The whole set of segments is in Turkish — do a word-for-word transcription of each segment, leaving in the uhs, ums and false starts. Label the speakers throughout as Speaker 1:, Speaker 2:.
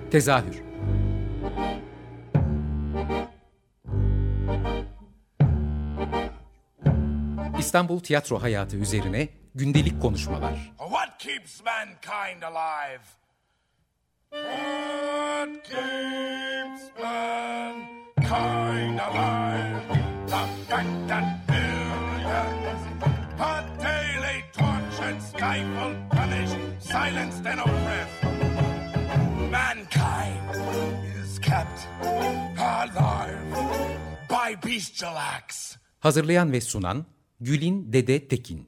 Speaker 1: Tezahür. İstanbul tiyatro hayatı üzerine gündelik konuşmalar.
Speaker 2: What keeps mankind alive? What keeps mankind alive? The fact that billions are daily tortured, stifled, punished, silenced and oppressed. Mankind is kept alive by bestial acts.
Speaker 1: Hazırlayan ve sunan Gülin Dede Tekin.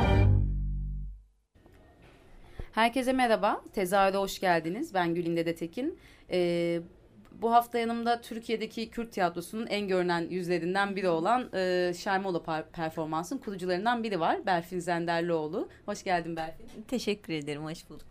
Speaker 3: Herkese merhaba, Tezahür'e hoş geldiniz. Ben Gülin Dede Tekin. Ee, bu hafta yanımda Türkiye'deki Kürt tiyatrosunun en görünen yüzlerinden biri olan e, Şermola performansın kurucularından biri var. Berfin Zenderlioğlu. Hoş geldin Berfin.
Speaker 4: Teşekkür ederim, hoş bulduk.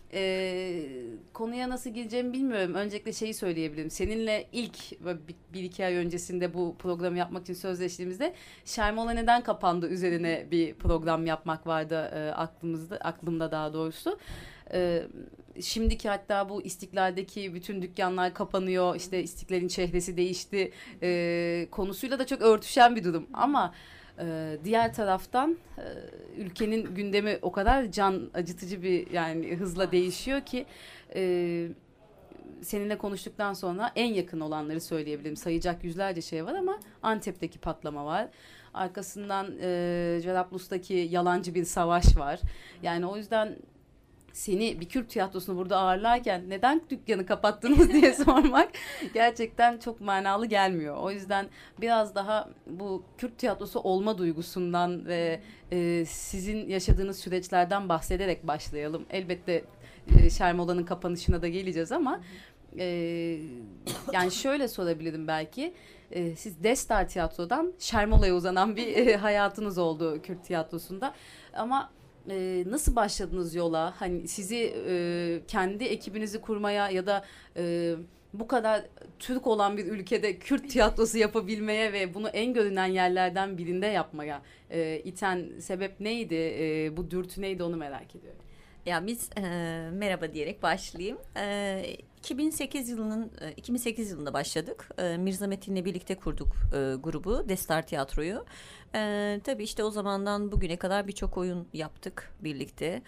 Speaker 3: Ee, konuya nasıl gireceğimi bilmiyorum. Öncelikle şeyi söyleyebilirim. Seninle ilk bir, bir iki ay öncesinde bu programı yapmak için sözleştiğimizde Şermola neden kapandı üzerine bir program yapmak vardı e, aklımızda, aklımda daha doğrusu. E, şimdiki hatta bu İstiklal'deki bütün dükkanlar kapanıyor, işte İstiklal'in çehresi değişti e, konusuyla da çok örtüşen bir durum. Ama Ee, diğer taraftan e, ülkenin gündemi o kadar can acıtıcı bir yani hızla değişiyor ki e, seninle konuştuktan sonra en yakın olanları söyleyebilirim. Sayacak yüzlerce şey var ama Antep'teki patlama var. Arkasından e, Cerablus'taki yalancı bir savaş var. Yani o yüzden seni bir Kürt tiyatrosunu burada ağırlarken neden dükkanı kapattınız diye sormak gerçekten çok manalı gelmiyor. O yüzden biraz daha bu Kürt tiyatrosu olma duygusundan ve e, sizin yaşadığınız süreçlerden bahsederek başlayalım. Elbette e, Şermola'nın kapanışına da geleceğiz ama e, yani şöyle sorabilirim belki. E, siz Destar Tiyatro'dan Şermola'ya uzanan bir e, hayatınız oldu Kürt tiyatrosunda ama Ee, nasıl başladınız yola? Hani sizi e, kendi ekibinizi kurmaya ya da e, bu kadar Türk olan bir ülkede Kürt tiyatrosu yapabilmeye ve bunu en görünen yerlerden birinde yapmaya e, iten sebep neydi? E, bu dürtü neydi onu merak ediyorum.
Speaker 4: Ya biz e, merhaba diyerek başlayayım. E, iki bin sekiz yılının e, iki bin sekiz yılında başladık. E, Mirza Metin'le birlikte kurduk e, grubu Destar Tiyatro'yu. E, tabii işte o zamandan bugüne kadar birçok oyun yaptık birlikte.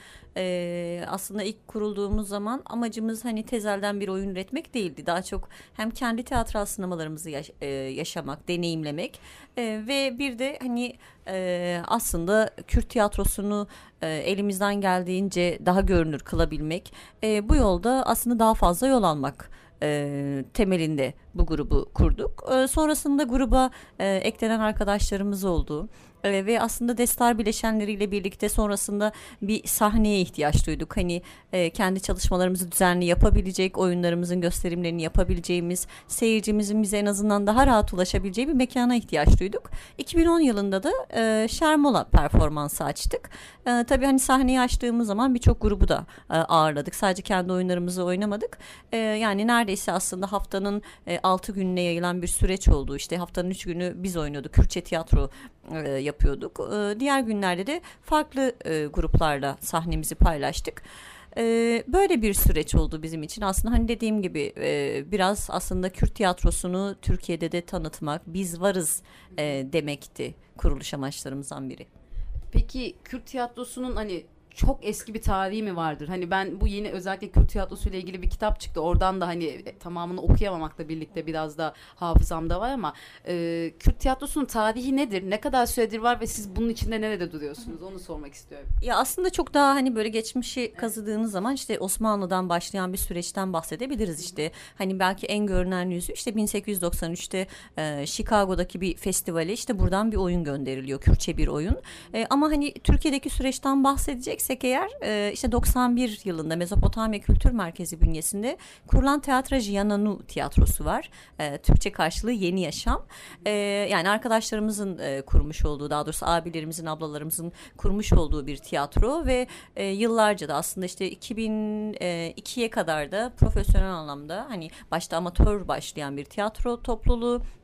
Speaker 4: E, aslında ilk kurulduğumuz zaman amacımız hani tezelden bir oyun üretmek değildi. Daha çok hem kendi tiyatral sinemalarımızı yaş- e, yaşamak, deneyimlemek e, ve bir de hani e, aslında Kürt tiyatrosunu e, elimizden geldiğince daha görünür kılabilmek. E, bu yolda aslında daha fazla yol almak e, temelinde bu grubu kurduk. E, sonrasında gruba e, eklenen arkadaşlarımız oldu. E, ve aslında Destar bileşenleriyle birlikte sonrasında bir sahneye ihtiyaç duyduk. Hani e, kendi çalışmalarımızı düzenli yapabilecek, oyunlarımızın gösterimlerini yapabileceğimiz, seyircimizin bize en azından daha rahat ulaşabileceği bir mekana ihtiyaç duyduk. iki bin on yılında da e, Şermola performansı açtık. E, tabii hani sahneyi açtığımız zaman birçok grubu da e, ağırladık. Sadece kendi oyunlarımızı oynamadık. E, yani neredeyse aslında haftanın e, altı gününe yayılan bir süreç oldu. İşte haftanın üç günü biz oynuyorduk. Kürtçe tiyatro e, yapıyorduk. E, diğer günlerde de farklı e, gruplarla sahnemizi paylaştık. E, böyle bir süreç oldu bizim için. Aslında hani dediğim gibi e, biraz aslında Kürt tiyatrosunu Türkiye'de de tanıtmak, biz varız e, demekti kuruluş amaçlarımızdan biri.
Speaker 3: Peki Kürt tiyatrosunun hani çok eski bir tarihi mi vardır? Hani ben bu yeni özellikle Kürt tiyatrosu ile ilgili bir kitap çıktı. Oradan da hani e, tamamını okuyamamakla birlikte biraz da hafızamda var ama e, Kürt tiyatrosunun tarihi nedir? Ne kadar süredir var ve siz bunun içinde nerede duruyorsunuz? Onu sormak istiyorum.
Speaker 4: Ya aslında çok daha hani böyle geçmişi kazıdığınız zaman işte Osmanlı'dan başlayan bir süreçten bahsedebiliriz işte. Hani belki en görünen yüzü işte bin sekiz yüz doksan üçte e, Chicago'daki bir festivale işte buradan bir oyun gönderiliyor. Kürtçe bir oyun. E, ama hani Türkiye'deki süreçten bahsedecek eğer işte doksan bir yılında Mezopotamya Kültür Merkezi bünyesinde kurulan Teatra Jiananu tiyatrosu var. E, Türkçe karşılığı Yeni Yaşam. E, yani arkadaşlarımızın e, kurmuş olduğu, daha doğrusu abilerimizin, ablalarımızın kurmuş olduğu bir tiyatro ve e, yıllarca da aslında işte iki bin ikiye kadar da profesyonel anlamda hani başta amatör başlayan bir tiyatro topluluğu.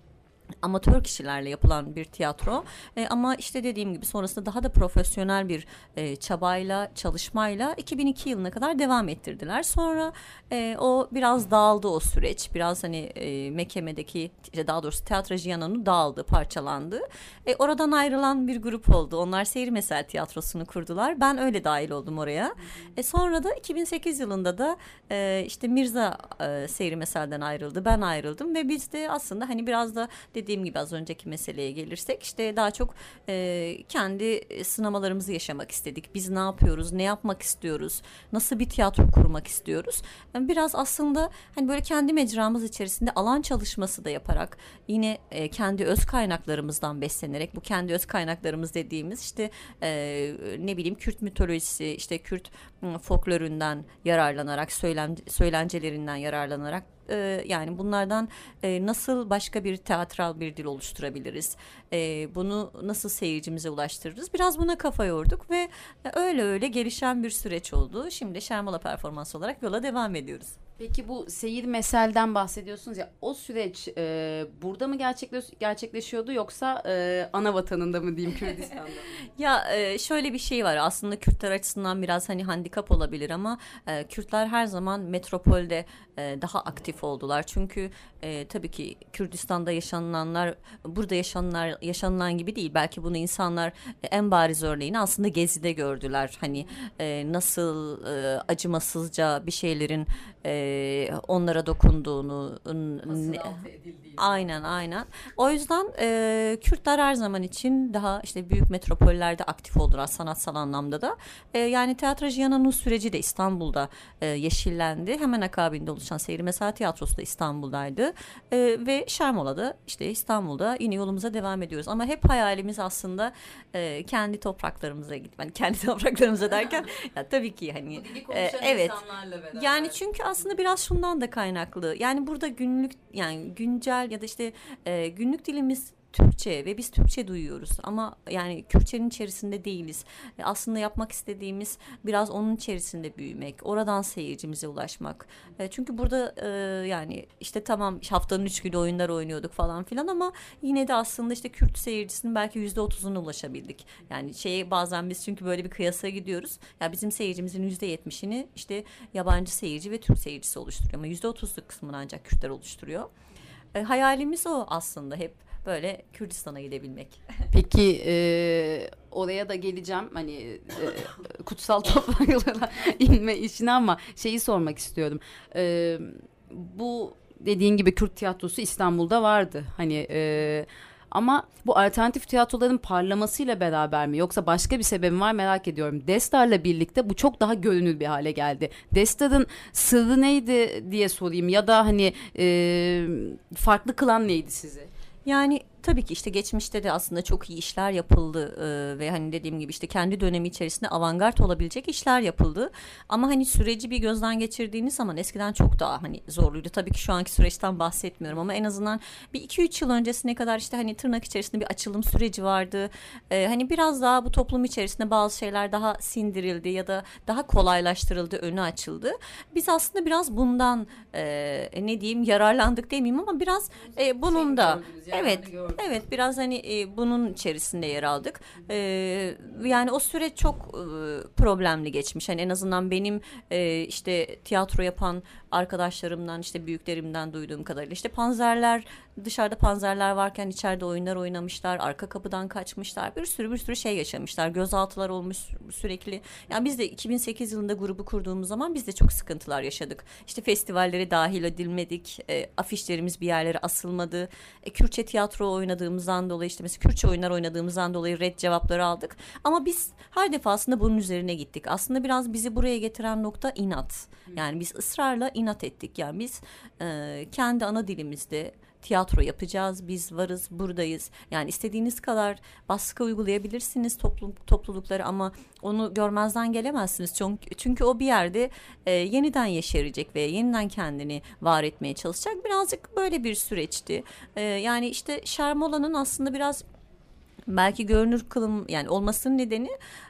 Speaker 4: amatör kişilerle yapılan bir tiyatro e, ama işte dediğim gibi sonrasında daha da profesyonel bir e, çabayla, çalışmayla iki bin iki yılına kadar devam ettirdiler. Sonra e, o biraz dağıldı o süreç. Biraz hani e, Mekeme'deki, daha doğrusu Teatrajiano'nun dağıldı, parçalandı. E, oradan ayrılan bir grup oldu. Onlar Seyir Mesel Tiyatrosu'nu kurdular. Ben öyle dahil oldum oraya. E, sonra da iki bin sekiz yılında da e, işte Mirza e, Seyir Mesel'den ayrıldı. Ben ayrıldım ve biz de aslında hani biraz da dediğim gibi az önceki meseleye gelirsek işte daha çok e, kendi sınamalarımızı yaşamak istedik. Biz ne yapıyoruz, ne yapmak istiyoruz, nasıl bir tiyatro kurmak istiyoruz. Yani biraz aslında hani böyle kendi mecramız içerisinde alan çalışması da yaparak yine e, kendi öz kaynaklarımızdan beslenerek, bu kendi öz kaynaklarımız dediğimiz işte e, ne bileyim Kürt mitolojisi, işte Kürt m, folklorundan yararlanarak, söylen, söylencelerinden yararlanarak e, yani bunlardan e, nasıl başka bir teatral bir dil oluşturabiliriz? E, bunu nasıl seyircimize ulaştırırız? Biraz buna kafa yorduk ve öyle öyle gelişen bir süreç oldu. Şimdi Şermola performansı olarak yola devam ediyoruz.
Speaker 3: Peki bu Seyir Mesel'den bahsediyorsunuz ya, o süreç e, burada mı gerçekleş, gerçekleşiyordu yoksa e, ana vatanında mı diyeyim, Kürdistan'da mı?
Speaker 4: Ya e, şöyle bir şey var aslında, Kürtler açısından biraz hani handikap olabilir ama e, Kürtler her zaman metropolde e, daha aktif oldular. Çünkü e, tabii ki Kürdistan'da yaşanılanlar burada yaşanılan, yaşanılan gibi değil. Belki bunu insanlar e, en bariz örneğini aslında Gezi'de gördüler. Hani e, nasıl e, acımasızca bir şeylerin e, onlara dokunduğunu, aynen aynen. O yüzden e, Kürtler her zaman için daha işte büyük metropollerde aktif oldular sanatsal anlamda da. E, yani Teatrajiano'nun süreci de İstanbul'da e, yeşillendi. Hemen akabinde oluşan Seyir Mesel Tiyatrosu da İstanbul'daydı. E, ve Şermola'da işte İstanbul'da yine yolumuza devam ediyoruz. Ama hep hayalimiz aslında e, kendi topraklarımıza gitmek. Yani kendi topraklarımıza derken ya tabii ki hani e, evet. Yani çünkü aslında biraz şundan da kaynaklı. Yani burada günlük, yani güncel ya da işte e, günlük dilimiz Türkçe ve biz Türkçe duyuyoruz ama yani Kürtçenin içerisinde değiliz. E, aslında yapmak istediğimiz biraz onun içerisinde büyümek, oradan seyircimize ulaşmak. E, çünkü burada e, yani işte tamam haftanın üç günü oyunlar oynuyorduk falan filan ama yine de aslında işte Kürt seyircisinin belki yüzde otuzuna ulaşabildik. Yani şeye bazen biz çünkü böyle bir kıyasa gidiyoruz. Ya bizim seyircimizin yüzde yetmişini işte yabancı seyirci ve Türk seyircisi oluşturuyor ama yüzde otuzluk kısmını ancak Kürtler oluşturuyor. E, hayalimiz o aslında, hep böyle Kürdistan'a gidebilmek.
Speaker 3: Peki e, oraya da geleceğim hani e, kutsal topraklara inme işine, ama şeyi sormak istiyorum. E, bu dediğin gibi Kürt tiyatrosu İstanbul'da vardı. Hani e, ama bu alternatif tiyatroların parlamasıyla beraber mi, yoksa başka bir sebebi var, merak ediyorum. Destar'la birlikte bu çok daha görünür bir hale geldi. Destar'ın sırrı neydi diye sorayım, ya da hani e, farklı kılan neydi sizi?
Speaker 4: Yani tabii ki işte geçmişte de aslında çok iyi işler yapıldı ee, ve hani dediğim gibi işte kendi dönemi içerisinde avantgard olabilecek işler yapıldı. Ama hani süreci bir gözden geçirdiğiniz zaman eskiden çok daha hani zorluydu. Tabii ki şu anki süreçten bahsetmiyorum ama en azından bir iki üç yıl öncesine kadar işte hani tırnak içerisinde bir açılım süreci vardı. Ee, hani biraz daha bu toplum içerisinde bazı şeyler daha sindirildi ya da daha kolaylaştırıldı, önü açıldı. Biz aslında biraz bundan e, ne diyeyim yararlandık demeyeyim ama biraz e, bunun da evet Evet, biraz hani e, bunun içerisinde yer aldık. E, yani o süreç çok e, problemli geçmiş. Hani en azından benim e, işte tiyatro yapan arkadaşlarımdan, işte büyüklerimden duyduğum kadarıyla işte panzerler, dışarıda panzerler varken içeride oyunlar oynamışlar, arka kapıdan kaçmışlar, bir sürü bir sürü şey yaşamışlar, gözaltılar olmuş sürekli. Yani biz de iki bin sekiz yılında grubu kurduğumuz zaman biz de çok sıkıntılar yaşadık. İşte festivallere dahil edilmedik, e, afişlerimiz bir yerlere asılmadı, e, Kürtçe tiyatro oynadığımızdan dolayı işte mesela Kürtçe oyunlar oynadığımızdan dolayı red cevapları aldık. Ama biz her defasında bunun üzerine gittik. Aslında biraz bizi buraya getiren nokta inat. Yani biz ısrarla inat ettik. Yani biz e, kendi ana dilimizde tiyatro yapacağız, biz varız, buradayız. Yani istediğiniz kadar baskı uygulayabilirsiniz toplum, toplulukları ama onu görmezden gelemezsiniz. Çünkü, çünkü o bir yerde e, yeniden yeşerecek ve yeniden kendini var etmeye çalışacak. Birazcık böyle bir süreçti. E, yani işte Şermola'nın aslında biraz belki görünür kılım yani olmasının nedeni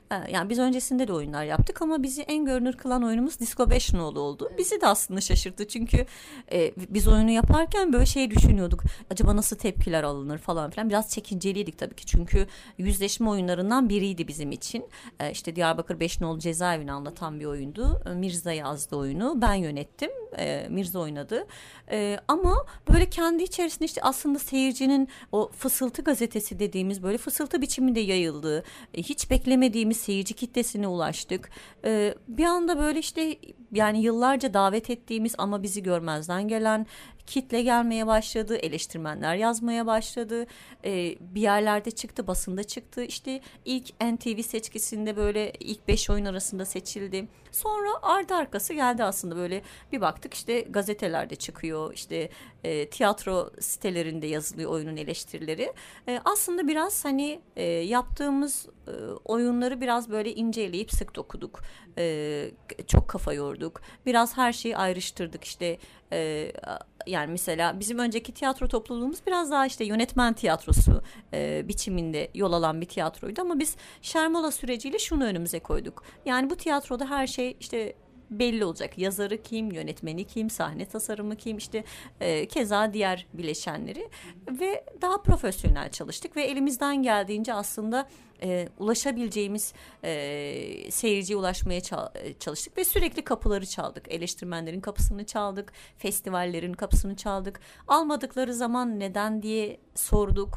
Speaker 4: Yani biz öncesinde de oyunlar yaptık ama bizi en görünür kılan oyunumuz Disco beş nolu oldu. Bizi de aslında şaşırttı çünkü e, biz oyunu yaparken böyle şey düşünüyorduk. Acaba nasıl tepkiler alınır falan filan. Biraz çekinceliydik tabii ki çünkü yüzleşme oyunlarından biriydi bizim için. E, işte Diyarbakır beş nolu cezaevini anlatan bir oyundu. Mirza yazdı oyunu. Ben yönettim. E, Mirza oynadı. E, ama böyle kendi içerisinde işte aslında seyircinin o fısıltı gazetesi dediğimiz böyle fısıltı biçiminde yayıldığı, e, hiç beklemediğimiz seyirci kitlesine ulaştık. E, bir anda böyle işte yani yıllarca davet ettiğimiz ama bizi görmezden gelen kitle gelmeye başladı, eleştirmenler yazmaya başladı, ee, bir yerlerde çıktı, basında çıktı. İşte ilk N T V seçkisinde böyle ilk beş oyun arasında seçildi. Sonra ardı arkası geldi aslında böyle bir baktık işte gazetelerde çıkıyor, işte e, tiyatro sitelerinde yazılıyor oyunun eleştirileri. E, aslında biraz hani e, yaptığımız e, oyunları biraz böyle inceleyip sık dokuduk. E, çok kafa yorduk. Biraz her şeyi ayrıştırdık işte. E, yani mesela bizim önceki tiyatro topluluğumuz biraz daha işte yönetmen tiyatrosu e, biçiminde yol alan bir tiyatroydu ama biz Şermola süreciyle şunu önümüze koyduk. Yani bu tiyatroda her şey işte belli olacak. Yazarı kim, yönetmeni kim, sahne tasarımı kim, işte e, keza diğer bileşenleri ve daha profesyonel çalıştık ve elimizden geldiğince aslında e, ulaşabileceğimiz e, seyirciye ulaşmaya çalıştık ve sürekli kapıları çaldık. Eleştirmenlerin kapısını çaldık, festivallerin kapısını çaldık. Almadıkları zaman neden diye sorduk.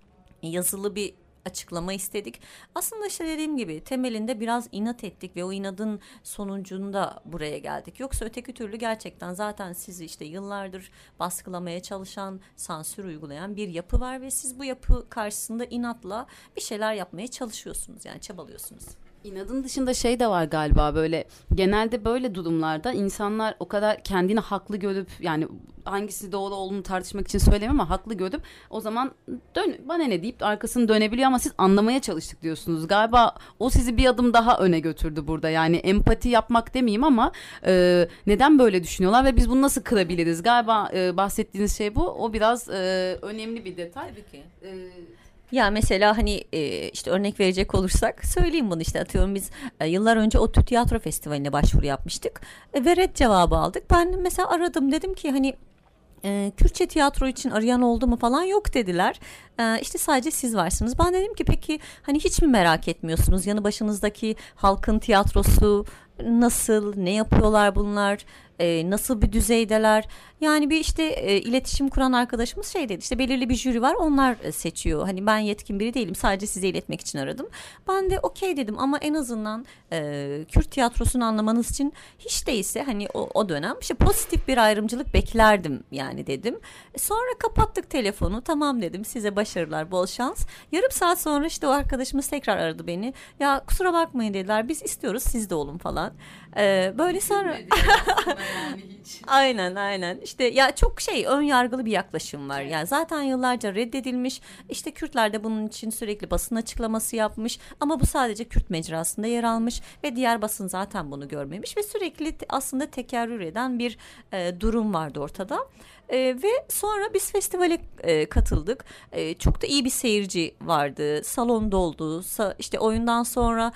Speaker 4: Yazılı bir açıklama istedik. Aslında işte dediğim gibi temelinde biraz inat ettik ve o inadın sonucunda buraya geldik. Yoksa öteki türlü gerçekten zaten sizi işte yıllardır baskılamaya çalışan, sansür uygulayan bir yapı var ve siz bu yapı karşısında inatla bir şeyler yapmaya çalışıyorsunuz. Yani çabalıyorsunuz.
Speaker 3: İnadın dışında şey de var galiba, böyle genelde böyle durumlarda insanlar o kadar kendini haklı görüp, yani hangisi doğru olduğunu tartışmak için söylemiyorum ama haklı görüp o zaman dön, bana ne deyip arkasını dönebiliyor ama siz anlamaya çalıştık diyorsunuz. Galiba o sizi bir adım daha öne götürdü burada. Yani empati yapmak demeyeyim ama e, neden böyle düşünüyorlar ve biz bunu nasıl kırabiliriz? Galiba e, bahsettiğiniz şey bu. O biraz e, önemli bir detay.
Speaker 4: Tabii ki.
Speaker 3: E,
Speaker 4: Ya mesela hani e, işte örnek verecek olursak söyleyeyim bunu, işte atıyorum biz e, yıllar önce ODTÜ Tiyatro Festivali'ne başvuru yapmıştık e, ve red cevabı aldık. Ben mesela aradım, dedim ki hani e, Kürtçe tiyatro için arayan oldu mu falan, yok dediler. E, işte sadece siz varsınız. Ben dedim ki peki hani hiç mi merak etmiyorsunuz yanı başınızdaki halkın tiyatrosu nasıl, ne yapıyorlar bunlar? E, nasıl bir düzeydeler? Yani bir işte e, iletişim kuran arkadaşımız şey dedi, işte belirli bir jüri var, onlar e, seçiyor. Hani ben yetkin biri değilim, sadece size iletmek için aradım. Ben de okey dedim ama en azından e, Kürt tiyatrosunu anlamanız için hiç değilse hani o, o dönem işte pozitif bir ayrımcılık beklerdim yani dedim. Sonra kapattık telefonu, tamam dedim, size başarılar, bol şans. Yarım saat sonra işte o arkadaşımız tekrar aradı beni. Ya kusura bakmayın dediler, biz istiyoruz siz de olun falan. E, böyle sonra...
Speaker 3: yani hiç.
Speaker 4: Aynen aynen işte ya çok şey ön yargılı bir yaklaşım var. Yani zaten yıllarca reddedilmiş, işte Kürtler de bunun için sürekli basın açıklaması yapmış ama bu sadece Kürt mecrasında yer almış ve diğer basın zaten bunu görmemiş ve sürekli aslında tekerrür eden bir e, durum vardı ortada. E, ve sonra biz festivale e, katıldık. E, çok da iyi bir seyirci vardı. Salon doldu. Sa- işte oyundan sonra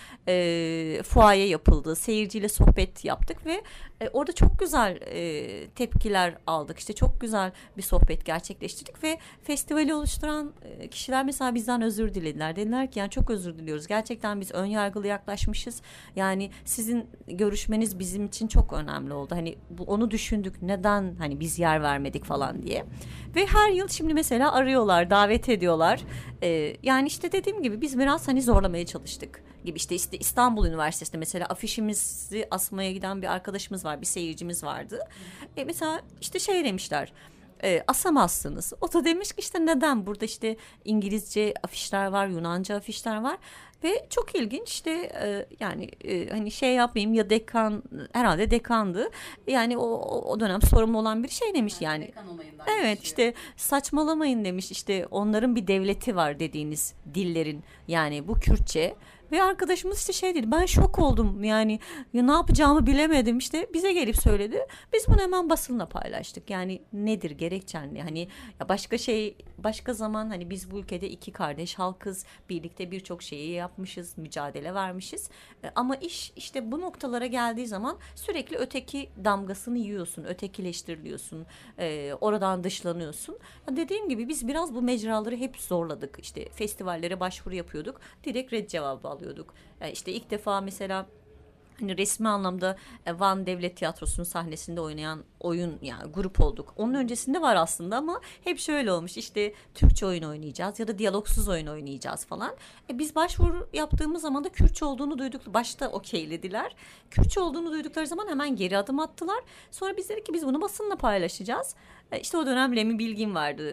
Speaker 4: e, fuaye yapıldı. Seyirciyle sohbet yaptık ve e, orada çok güzel e, tepkiler aldık. İşte çok güzel bir sohbet gerçekleştirdik ve festivali oluşturan e, kişiler mesela bizden özür dilediler. Dediler ki yani çok özür diliyoruz. Gerçekten biz ön yargılı yaklaşmışız. Yani sizin görüşmeniz bizim için çok önemli oldu. Hani bu, onu düşündük. Neden hani biz yer vermedik falan diye. Ve her yıl şimdi mesela arıyorlar, davet ediyorlar. Ee, yani işte dediğim gibi biz biraz hani zorlamaya çalıştık gibi. İşte, işte İstanbul Üniversitesi'nde mesela afişimizi asmaya giden bir arkadaşımız var, bir seyircimiz vardı. E mesela işte şey demişler, e, asamazsınız. O da demiş ki işte neden? Burada işte İngilizce afişler var, Yunanca afişler var. Ve çok ilginç işte e, yani e, hani şey yapmayayım ya dekan, herhalde dekandı. Yani o, o dönem sorumlu olan bir şey demiş yani. Evet işte saçmalamayın demiş, işte onların bir devleti var dediğiniz dillerin, yani bu Kürtçe Ve arkadaşımız işte şey dedi, ben şok oldum yani, ya ne yapacağımı bilemedim, işte bize gelip söyledi. Biz bunu hemen basınla paylaştık. Yani nedir gerekçen ne? Hani ya başka şey, başka zaman hani biz bu ülkede iki kardeş halkız, birlikte birçok şeyi yapmışız, mücadele vermişiz. E, ama iş işte bu noktalara geldiği zaman sürekli öteki damgasını yiyorsun, ötekileştiriliyorsun, e, oradan dışlanıyorsun. Ya dediğim gibi biz biraz bu mecraları hep zorladık. İşte festivallere başvuru yapıyorduk, direkt red cevabı alıyorduk. Yani işte ilk defa mesela hani resmi anlamda Van Devlet Tiyatrosu'nun sahnesinde oynayan oyun, yani grup olduk. Onun öncesinde var aslında ama hep şöyle olmuş, işte Türkçe oyun oynayacağız ya da diyalogsuz oyun oynayacağız falan. E biz başvuru yaptığımız zaman da Kürtçe olduğunu duyduk. Başta okeylediler. Kürtçe olduğunu duydukları zaman hemen geri adım attılar. Sonra biz dedik ki biz bunu basınla paylaşacağız. E işte o dönem Lemi Bilgin vardı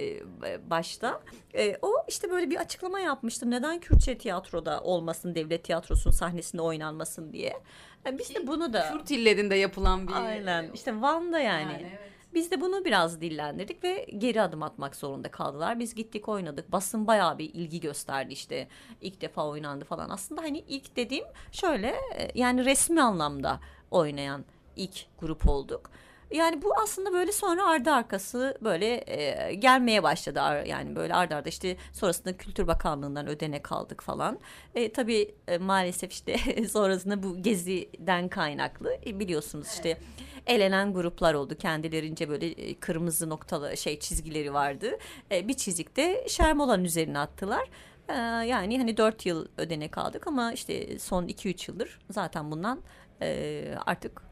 Speaker 4: e, başta. E, o işte böyle bir açıklama yapmıştı. Neden Kürtçe tiyatroda olmasın, devlet tiyatrosunun sahnesinde oynanmasın diye. E, biz de bunu da...
Speaker 3: Kürt illerinde yapılan bir...
Speaker 4: Aynen. İşte Van'da yani.
Speaker 3: yani evet.
Speaker 4: Biz de bunu biraz dillendirdik ve geri adım atmak zorunda kaldılar. Biz gittik oynadık. Basın bayağı bir ilgi gösterdi, işte ilk defa oynandı falan. Aslında hani ilk dediğim şöyle, yani resmi anlamda oynayan ilk grup olduk. Yani bu aslında böyle sonra ardı arkası böyle e, gelmeye başladı. Yani böyle ardı arda işte sonrasında Kültür Bakanlığı'ndan ödenek aldık falan. E, tabii e, maalesef işte sonrasında bu geziden kaynaklı e, biliyorsunuz işte elenen gruplar oldu. Kendilerince böyle e, kırmızı noktalı şey çizgileri vardı. E, bir çizikte Şermolan üzerine attılar. E, yani hani dört yıl ödenek aldık ama işte son iki üç yıldır zaten bundan e, artık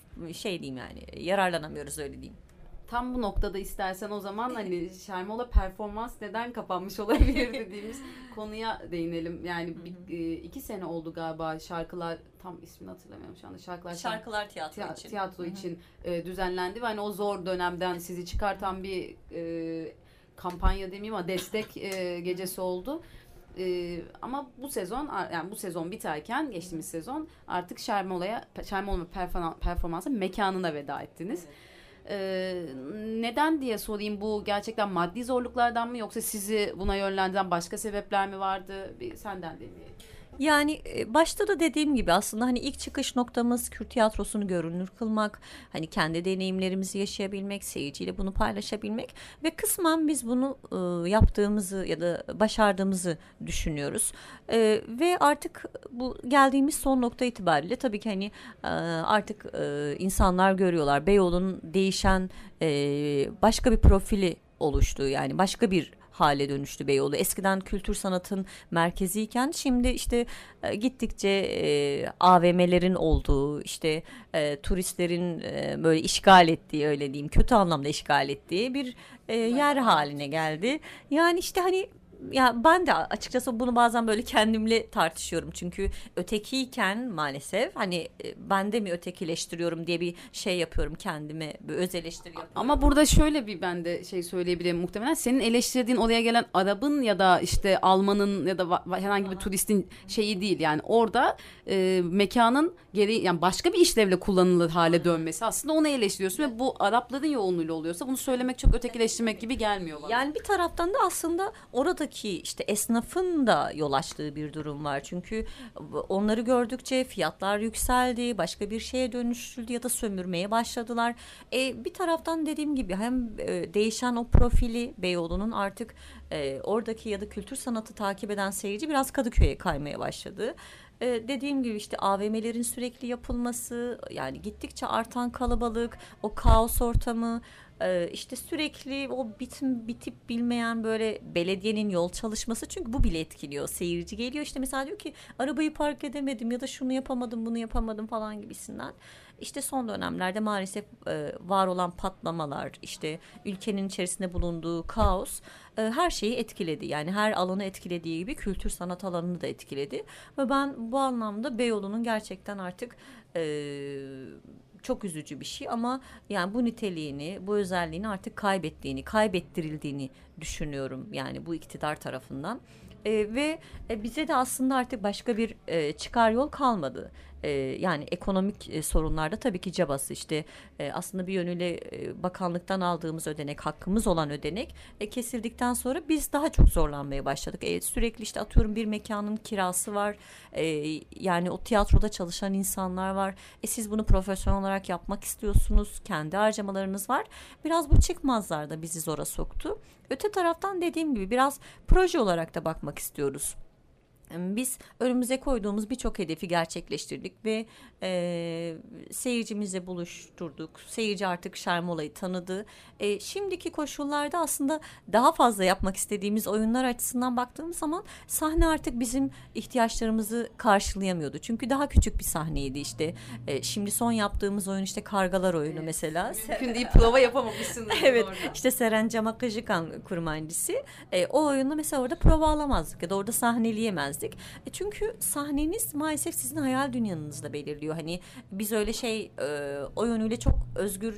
Speaker 4: şey diyeyim yani yararlanamıyoruz, öyle diyeyim.
Speaker 3: Tam bu noktada istersen o zaman hani Şermola performans neden kapanmış olabilir dediğimiz konuya değinelim. Yani bir, iki sene oldu galiba şarkılar, tam ismini hatırlamıyorum şu anda. Şarkılar,
Speaker 4: şarkılar tiyatro
Speaker 3: tiy-
Speaker 4: için,
Speaker 3: tiyatro için e, düzenlendi ve hani o zor dönemden sizi çıkartan bir e, kampanya demeyeyim ama destek e, gecesi oldu. Ee, ama bu sezon, yani bu sezon biterken geçtiğimiz sezon artık Şermola'ya, Şermola performansı mekanına veda ettiniz. Evet. Ee, neden diye sorayım, bu gerçekten maddi zorluklardan mı yoksa sizi buna yönlendiren başka sebepler mi vardı? Bir senden dinleyelim.
Speaker 4: Yani başta da dediğim gibi aslında hani ilk çıkış noktamız Kürt tiyatrosunu görünür kılmak, hani kendi deneyimlerimizi yaşayabilmek, seyirciyle bunu paylaşabilmek ve kısmen biz bunu e, yaptığımızı ya da başardığımızı düşünüyoruz. E, ve artık bu geldiğimiz son nokta itibariyle tabii ki hani e, artık e, insanlar görüyorlar. Beyoğlu'nun değişen e, başka bir profili oluştu, yani başka bir hale dönüştü Beyoğlu. Eskiden kültür sanatın merkeziyken şimdi işte e, gittikçe e, A V M'lerin olduğu, işte e, turistlerin e, böyle işgal ettiği, öyle diyeyim, kötü anlamda işgal ettiği bir e, yer haline geldi. Yani işte hani ya ben de açıkçası bunu bazen böyle kendimle tartışıyorum. Çünkü ötekiyken maalesef hani ben de mi ötekileştiriyorum diye bir şey yapıyorum kendime, bir öz eleştiri yapıyorum.
Speaker 3: Ama burada şöyle bir ben de şey söyleyebilirim muhtemelen. Senin eleştirdiğin oraya gelen Arap'ın ya da işte Alman'ın ya da va- herhangi bir turistin şeyi değil. Yani orada e, mekanın gereği, yani başka bir işlevle kullanılır hale dönmesi, aslında onu eleştiriyorsun ve bu Arapların yoğunluğuyla oluyorsa bunu söylemek çok ötekileştirmek gibi gelmiyor bana.
Speaker 4: Yani bir taraftan da aslında orada ki işte esnafın da yol açtığı bir durum var. Çünkü onları gördükçe fiyatlar yükseldi, başka bir şeye dönüştürdü ya da sömürmeye başladılar. E, bir taraftan dediğim gibi hem e, değişen o profili Beyoğlu'nun artık e, oradaki ya da kültür sanatı takip eden seyirci biraz Kadıköy'e kaymaya başladı. Ee, dediğim gibi işte A V M'lerin sürekli yapılması, yani gittikçe artan kalabalık, o kaos ortamı, e, işte sürekli o bitim bitip bilmeyen böyle belediyenin yol çalışması, çünkü bu bile etkiliyor. Seyirci geliyor işte mesela diyor ki arabayı park edemedim ya da şunu yapamadım bunu yapamadım falan gibisinden. İşte son dönemlerde maalesef e, var olan patlamalar, işte ülkenin içerisinde bulunduğu kaos e, her şeyi etkiledi. Yani her alanı etkilediği gibi kültür sanat alanını da etkiledi. Ve ben bu anlamda Beyoğlu'nun gerçekten artık e, çok üzücü bir şey ama yani bu niteliğini, bu özelliğini artık kaybettiğini, kaybettirildiğini düşünüyorum. Yani bu iktidar tarafından. E, ve e, bize de aslında artık başka bir e, çıkar yol kalmadı. e, yani ekonomik e, sorunlarda tabii ki cabası işte e, aslında bir yönüyle e, bakanlıktan aldığımız ödenek, hakkımız olan ödenek e, kesildikten sonra biz daha çok zorlanmaya başladık. E, sürekli işte atıyorum bir mekanın kirası var. E, yani o tiyatroda çalışan insanlar var. E, siz bunu profesyonel olarak yapmak istiyorsunuz. Kendi harcamalarınız var. Biraz bu çıkmazlar da bizi zora soktu. Öte taraftan dediğim gibi biraz proje olarak da bakmak istiyoruz. Biz önümüze koyduğumuz birçok hedefi gerçekleştirdik ve e, seyircimizle buluşturduk. Seyirci artık Şermola'yı tanıdı. E, şimdiki koşullarda aslında daha fazla yapmak istediğimiz oyunlar açısından baktığımız zaman sahne artık bizim ihtiyaçlarımızı karşılayamıyordu. Çünkü daha küçük bir sahneydi işte. E, şimdi son yaptığımız oyun işte Kargalar oyunu evet. mesela.
Speaker 3: Mümkün değil, prova yapamamışsınız.
Speaker 4: Evet
Speaker 3: orada.
Speaker 4: işte Seren Camakacıkan kurmancısı. E, o oyunda mesela orada prova alamazdık ya da orada sahneleyemezdik. E çünkü sahneniz maalesef sizin hayal dünyanızda belirliyor. Hani biz öyle şey e, o yönüyle çok özgür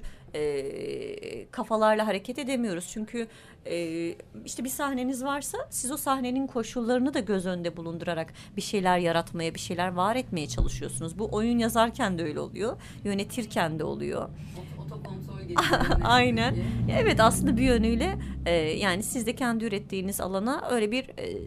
Speaker 4: e, kafalarla hareket edemiyoruz. Çünkü e, işte bir sahneniz varsa siz o sahnenin koşullarını da göz önünde bulundurarak bir şeyler yaratmaya, bir şeyler var etmeye çalışıyorsunuz. Bu oyun yazarken de öyle oluyor. Yönetirken de oluyor.
Speaker 3: Otokontrol
Speaker 4: Aynen. Evet aslında bir yönüyle e, yani siz de kendi ürettiğiniz alana öyle bir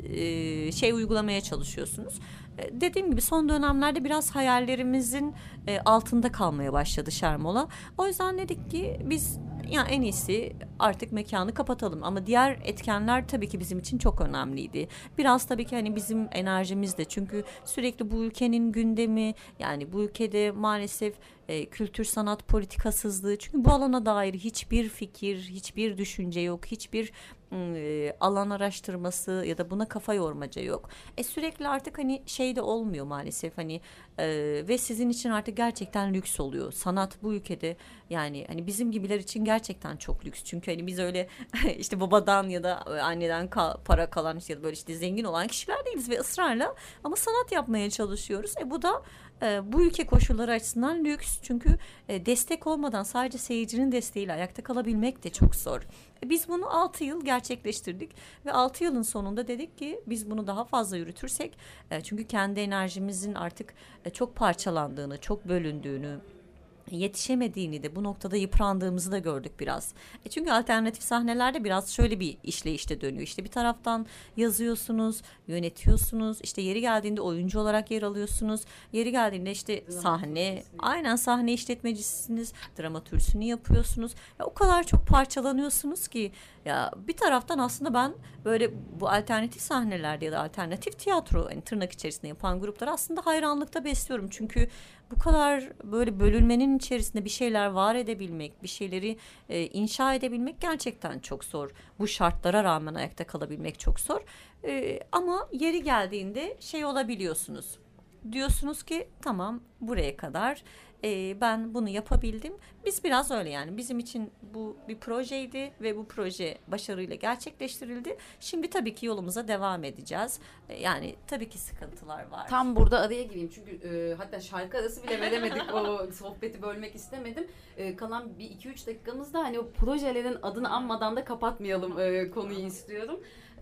Speaker 4: e, şey uygulamaya çalışıyorsunuz. E, dediğim gibi son dönemlerde biraz hayallerimizin e, altında kalmaya başladı Şermola. O yüzden dedik ki biz ya en iyisi artık mekanı kapatalım. Ama diğer etkenler tabii ki bizim için çok önemliydi. Biraz tabii ki hani bizim enerjimiz de çünkü sürekli bu ülkenin gündemi yani bu ülkede maalesef e, kültür sanat politikasızlığı çünkü bu alana dair hiçbir fikir, hiçbir düşünce yok, hiçbir e, alan araştırması ya da buna kafa yormaca yok. E sürekli artık hani şey de olmuyor maalesef hani e, ve sizin için artık gerçekten lüks oluyor. Sanat bu ülkede yani hani bizim gibiler için gerçekten çok lüks. Çünkü hani biz öyle işte babadan ya da anneden ka- para kalan işte ya da böyle işte zengin olan kişiler değiliz ve ısrarla ama sanat yapmaya çalışıyoruz. E bu da e, bu ülke koşulları açısından lüks. Çünkü e, destek olmadan sadece seyircinin desteğiyle ayakta kalabilmek de çok zor. E, biz bunu altı yıl gerçekleştirdik ve altı yılın sonunda dedik ki biz bunu daha fazla yürütürsek e, çünkü kendi enerjimizin artık e, çok parçalandığını, çok bölündüğünü yetişemediğini de bu noktada yıprandığımızı da gördük biraz. E çünkü alternatif sahnelerde biraz şöyle bir işleyişte dönüyor. İşte bir taraftan yazıyorsunuz, yönetiyorsunuz. İşte yeri geldiğinde oyuncu olarak yer alıyorsunuz. Yeri geldiğinde işte sahne, aynen sahne işletmecisiniz. Dramatürsünü yapıyorsunuz. Ya o kadar çok parçalanıyorsunuz ki ya bir taraftan aslında ben böyle bu alternatif sahnelerde ya da alternatif tiyatro yani tırnak içerisinde yapan grupları aslında hayranlıkta besliyorum. Çünkü bu kadar böyle bölünmenin içerisinde bir şeyler var edebilmek, bir şeyleri e, inşa edebilmek gerçekten çok zor. Bu şartlara rağmen ayakta kalabilmek çok zor. E, ama yeri geldiğinde şey olabiliyorsunuz. Diyorsunuz ki tamam buraya kadar e, ben bunu yapabildim. Biz biraz öyle yani bizim için bu bir projeydi ve bu proje başarıyla gerçekleştirildi. Şimdi tabii ki yolumuza devam edeceğiz. E, yani tabii ki sıkıntılar var.
Speaker 3: Tam burada araya gireyim çünkü e, hatta şarkı arası bile veremedik o sohbeti bölmek istemedim. E, kalan bir iki üç dakikamızda hani o projelerin adını anmadan da kapatmayalım e, konuyu istiyorum.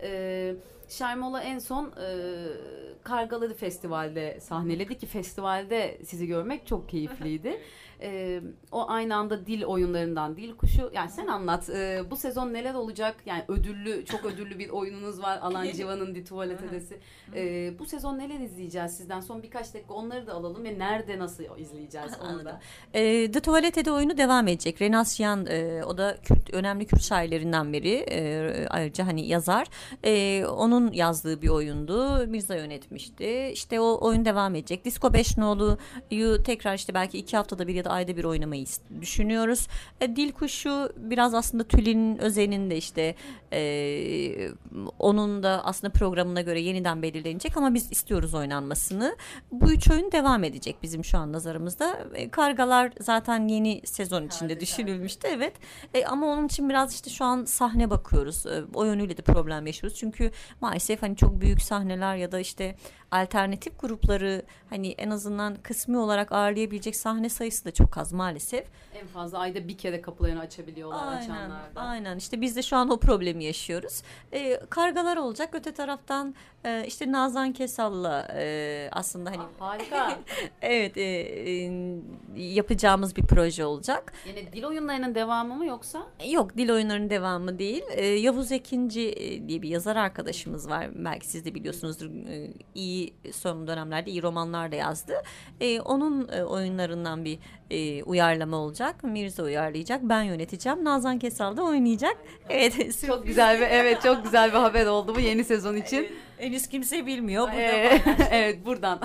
Speaker 3: E, Şermola en son e, Kargaları Festival'de sahneledi ki festivalde sizi görmek çok keyifliydi. E, o aynı anda dil oyunlarından Dil Kuşu. Yani sen anlat. E, bu sezon neler olacak? Yani ödüllü, çok ödüllü bir oyununuz var. Alan Civan'ın Di Tuvalet Edesi. E, bu sezon neler izleyeceğiz sizden? Son birkaç dakika onları da alalım ve nerede nasıl izleyeceğiz onu da.
Speaker 4: E, The Tuvalet Ede oyunu devam edecek. Renas Yan e, o da Kürt, önemli Kürt şairlerinden biri. E, ayrıca hani yazar. E, onun yazdığı bir oyundu. Mirza yönetmişti. İşte o oyun devam edecek. Disco beş Nolu'yu tekrar işte belki iki haftada bir ya da ayda bir oynamayı düşünüyoruz. E, Dil Kuşu biraz aslında Tülin'in özeninde işte e, onun da aslında programına göre yeniden belirlenecek ama biz istiyoruz oynanmasını. Bu üç oyun devam edecek bizim şu an nazarımızda. E, Kargalar zaten yeni sezon içinde Kardeşler. düşünülmüştü evet. E, ama onun için biraz işte şu an sahne bakıyoruz. E, o yönüyle de problem yaşıyoruz. Çünkü maalesef hani çok büyük sahneler ya da işte alternatif grupları hani en azından kısmi olarak ağırlayabilecek sahne sayısı da çok az maalesef.
Speaker 3: En fazla ayda bir kere kapılarını açabiliyorlar
Speaker 4: Aynen,
Speaker 3: açanlarda.
Speaker 4: aynen. İşte biz de şu an o problemi yaşıyoruz. Ee, kargalar olacak. Öte taraftan e, işte Nazan Kesal'la e, aslında hani
Speaker 3: Ah, harika.
Speaker 4: evet e, e, yapacağımız bir proje olacak.
Speaker 3: Yine dil oyunlarının devamı mı yoksa?
Speaker 4: Yok, dil oyunlarının devamı değil. E, Yavuz Ekinci e, diye bir yazar arkadaşımız var. Belki siz de biliyorsunuzdur. E, iyi son dönemlerde iyi romanlar da yazdı. E, onun e, oyunlarından bir e, uyarlama olacak. Mirza uyarlayacak. Ben yöneteceğim. Nazan Kesal da oynayacak. Evet.
Speaker 3: Çok güzel bir evet çok güzel bir haber oldu bu yeni sezon için.
Speaker 4: Evet, henüz kimse bilmiyor. Burada
Speaker 3: Ee, evet buradan.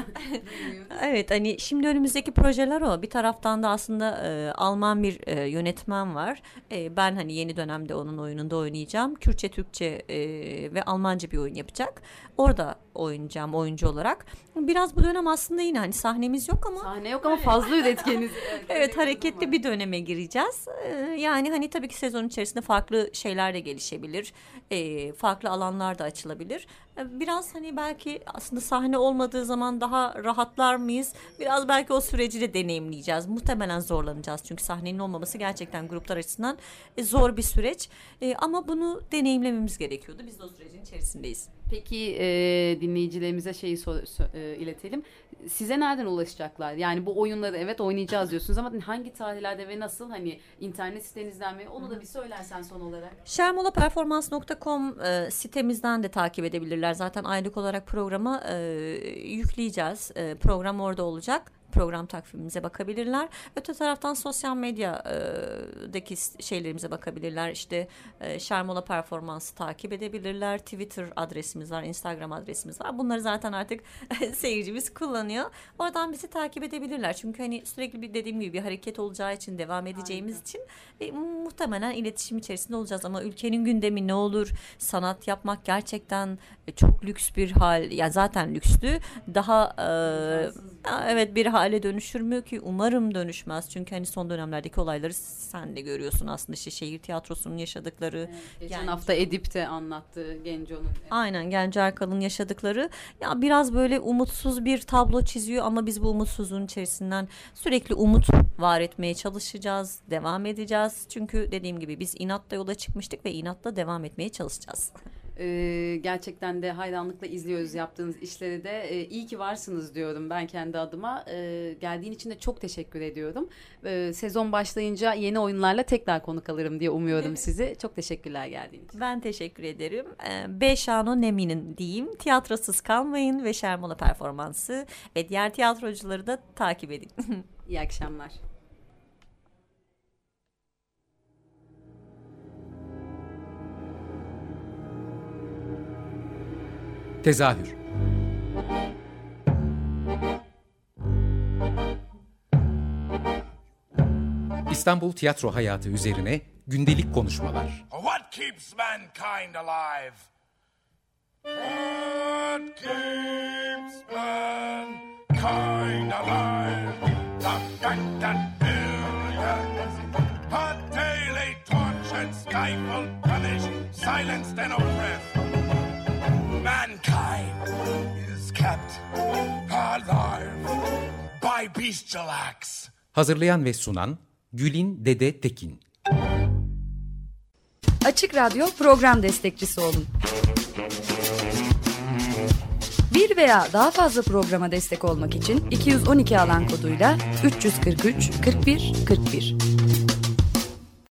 Speaker 4: Evet, hani şimdi önümüzdeki projeler o. Bir taraftan da aslında e, Alman bir e, yönetmen var. E, ben hani yeni dönemde onun oyununda oynayacağım. Kürtçe, Türkçe e, ve Almanca bir oyun yapacak. Orada oynayacağım oyuncu olarak. Biraz bu dönem aslında yine hani sahnemiz yok ama.
Speaker 3: Sahne yok ama fazla üretkeniz.
Speaker 4: Evet, hareketli bir döneme gireceğiz. Ee, yani hani tabii ki sezon içerisinde farklı şeyler de gelişebilir. Ee, farklı alanlar da açılabilir. Ee, biraz hani belki aslında sahne olmadığı zaman daha rahatlar mıyız? Biraz belki o süreci de deneyimleyeceğiz. Muhtemelen zorlanacağız. Çünkü sahnenin olmaması gerçekten gruplar açısından e, zor bir süreç. E, ama bunu deneyimlememiz gerekiyordu. Biz de o sürecin içerisindeyiz.
Speaker 3: Peki e, dinleyicilerimize şeyi sor, sor, e, iletelim. Size nereden ulaşacaklar? Yani bu oyunları evet oynayacağız diyorsunuz ama hangi tarihlerde ve nasıl, hani internet sitenizden mi? Onu da bir söylersen son olarak.
Speaker 4: şermola performans nokta com e, sitemizden de takip edebilirler. Zaten aylık olarak programa e, yükleyeceğiz. E, program orada olacak. Program takvimimize bakabilirler. Öte taraftan sosyal medyadaki şeylerimize bakabilirler. İşte e, Şermola Performans'ı takip edebilirler. Twitter adresimiz var, Instagram adresimiz var. Bunları zaten artık seyircimiz kullanıyor. Oradan bizi takip edebilirler. Çünkü hani sürekli bir dediğim gibi bir hareket olacağı için, devam edeceğimiz Aynen. için e, muhtemelen iletişim içerisinde olacağız. Ama ülkenin gündemi ne olur? Sanat yapmak gerçekten çok lüks bir hal. Yani zaten lükstü. Daha e, evet bir hale dönüşür mü ki? Umarım dönüşmez. Çünkü hani son dönemlerdeki olayları sen de görüyorsun aslında, işte şehir tiyatrosunun yaşadıkları.
Speaker 3: Evet, geçen
Speaker 4: Genco.
Speaker 3: hafta Edip de anlattı Genco'nun. Evet.
Speaker 4: Aynen, Genco Erkal'ın yaşadıkları. Ya biraz böyle umutsuz bir tablo çiziyor ama biz bu umutsuzluğun içerisinden sürekli umut var etmeye çalışacağız. Devam edeceğiz. Çünkü dediğim gibi biz inatla yola çıkmıştık ve inatla devam etmeye çalışacağız.
Speaker 3: Ee, gerçekten de hayranlıkla izliyoruz yaptığınız işleri de. Ee, iyi ki varsınız diyorum ben kendi adıma. Ee, geldiğin için de çok teşekkür ediyorum. Ee, sezon başlayınca yeni oyunlarla tekrar konuk alırım diye umuyorum sizi. Çok teşekkürler geldiğin için.
Speaker 4: Ben teşekkür ederim. Ee, Beşano Nemi'nin diyeyim. Tiyatrosuz kalmayın ve Şermola Performansı ve diğer tiyatrocuları da takip edin.
Speaker 3: İyi akşamlar.
Speaker 1: Tezahür. İstanbul tiyatro hayatı üzerine gündelik konuşmalar.
Speaker 2: What keeps mankind alive? What keeps mankind alive? The fact that billions are daily tortured, stifled, punished, silenced and oppressed. Mankind is kept alive by bestial acts.
Speaker 1: Hazırlayan ve sunan Gülin Dede Tekin.
Speaker 5: Açık Radyo program destekçisi olun. Bir veya daha fazla programa destek olmak için iki yüz on iki alan koduyla üç yüz kırk üç kırk bir kırk bir.